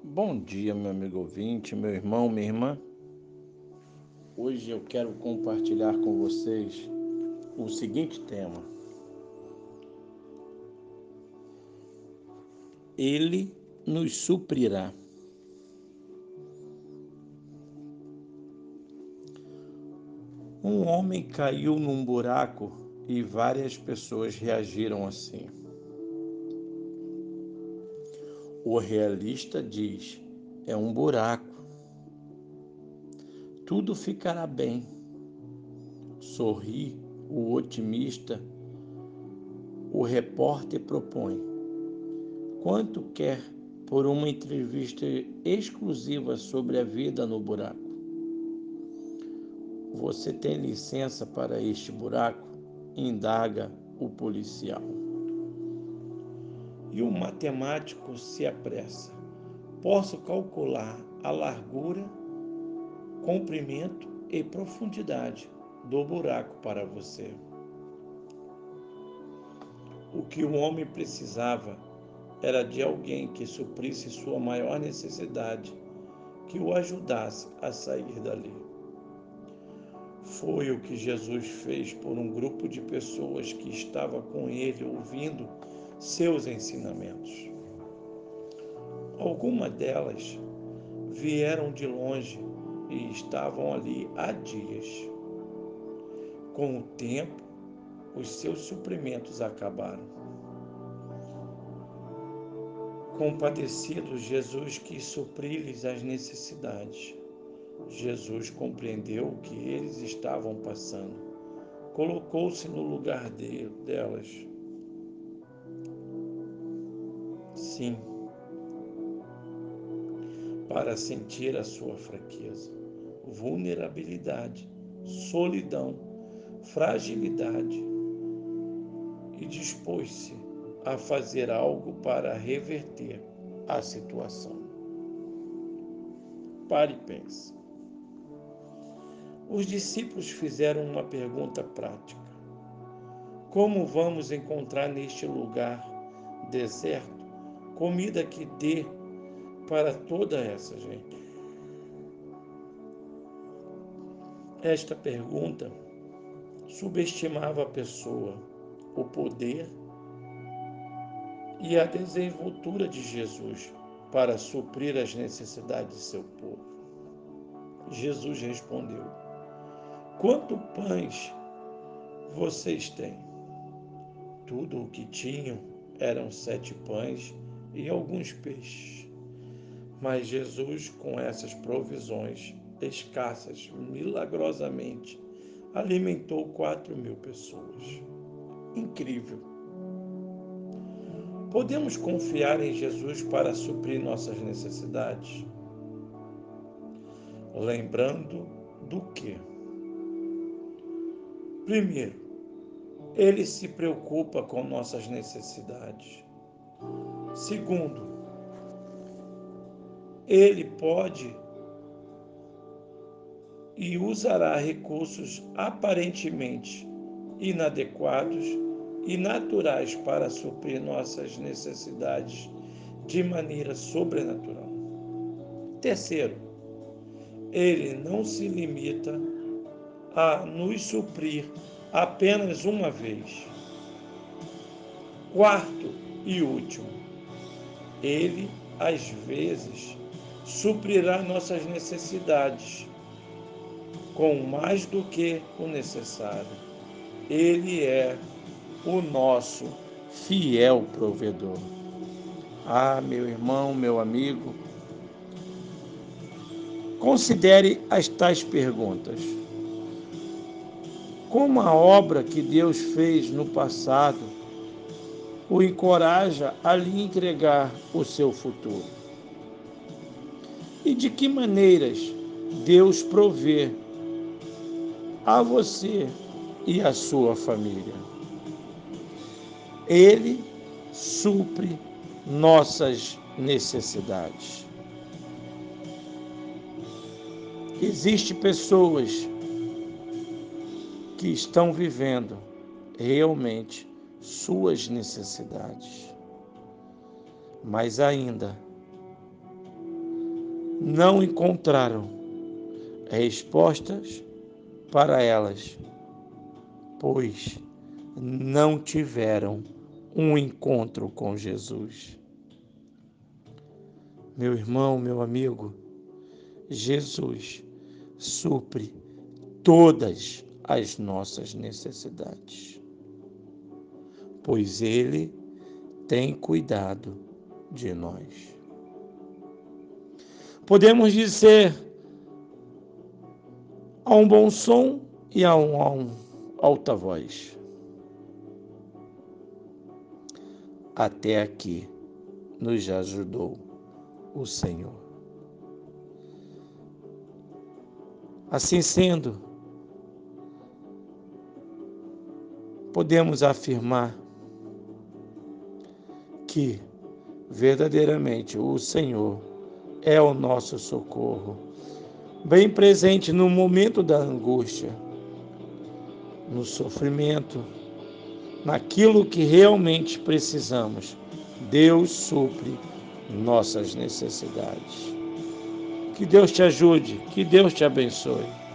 Bom dia, meu amigo ouvinte, meu irmão, minha irmã. Hoje eu quero compartilhar com vocês o seguinte tema: Ele nos suprirá. Um homem caiu num buraco e várias pessoas reagiram assim. O realista diz: é um buraco, tudo ficará bem. Sorri o otimista. O repórter propõe: quanto quer por uma entrevista exclusiva sobre a vida no buraco? Você tem licença para este buraco? Indaga o policial. E o matemático se apressa. Posso calcular a largura, comprimento e profundidade do buraco para você. O que o homem precisava era de alguém que suprisse sua maior necessidade, que o ajudasse a sair dali. Foi o que Jesus fez por um grupo de pessoas que estava com ele ouvindo seus ensinamentos. Algumas delas vieram de longe e estavam ali há dias. Com o tempo, os seus suprimentos acabaram. Compadecido, Jesus quis suprir-lhes as necessidades. Jesus compreendeu o que eles estavam passando. Colocou-se no lugar delas. Sim, para sentir a sua fraqueza, vulnerabilidade, solidão, fragilidade e dispôs-se a fazer algo para reverter a situação. Pare e pense. Os discípulos fizeram uma pergunta prática: como vamos encontrar neste lugar deserto comida que dê para toda essa gente? Esta pergunta subestimava a pessoa, o poder e a desenvoltura de Jesus para suprir as necessidades de seu povo. Jesus respondeu: quantos pães vocês têm? Tudo o que tinham eram 7 pães e alguns peixes. Mas Jesus, com essas provisões escassas, milagrosamente, alimentou 4.000 pessoas. Incrível! Podemos confiar em Jesus para suprir nossas necessidades? Lembrando do que? Primeiro, Ele se preocupa com nossas necessidades. Segundo, Ele pode e usará recursos aparentemente inadequados e naturais para suprir nossas necessidades de maneira sobrenatural. Terceiro, Ele não se limita a nos suprir apenas uma vez. Quarto e último, Ele, às vezes, suprirá nossas necessidades com mais do que o necessário. Ele é o nosso fiel provedor. Ah, meu irmão, meu amigo, considere as tais perguntas. Como a obra que Deus fez no passado o encoraja a lhe entregar o seu futuro? E de que maneiras Deus provê a você e a sua família? Ele supre nossas necessidades. Existem pessoas que estão vivendo realmente suas necessidades, mas ainda não encontraram respostas para elas, pois não tiveram um encontro com Jesus. Meu irmão, meu amigo, Jesus supre todas as nossas necessidades, pois Ele tem cuidado de nós. Podemos dizer a um bom som e a um alta voz: até aqui nos ajudou o Senhor. Assim sendo, podemos afirmar que verdadeiramente o Senhor é o nosso socorro, bem presente no momento da angústia, no sofrimento, naquilo que realmente precisamos. Deus supre nossas necessidades. Que Deus te ajude, que Deus te abençoe.